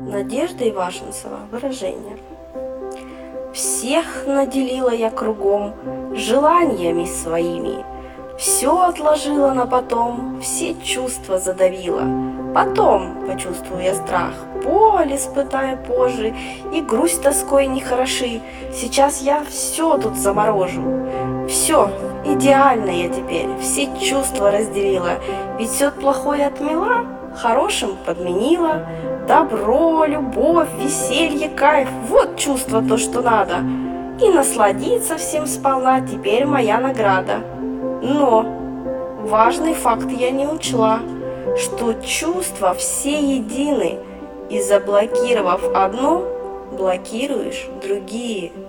Надежда Ивашенцева. Выражение. Всех наделила я кругом желаниями своими, все отложила на потом, все чувства задавила. Потом почувствую я страх, боль испытаю позже, и грусть тоской нехороши. Сейчас я все тут заморожу. Все, идеально я теперь, все чувства разделила, ведь все плохое отмела, хорошим подменила. Добро, любовь, веселье, кайф – вот чувство то, что надо. И насладиться всем сполна теперь моя награда. Но важный факт я не учла, что чувства все едины, и заблокировав одно, блокируешь другие.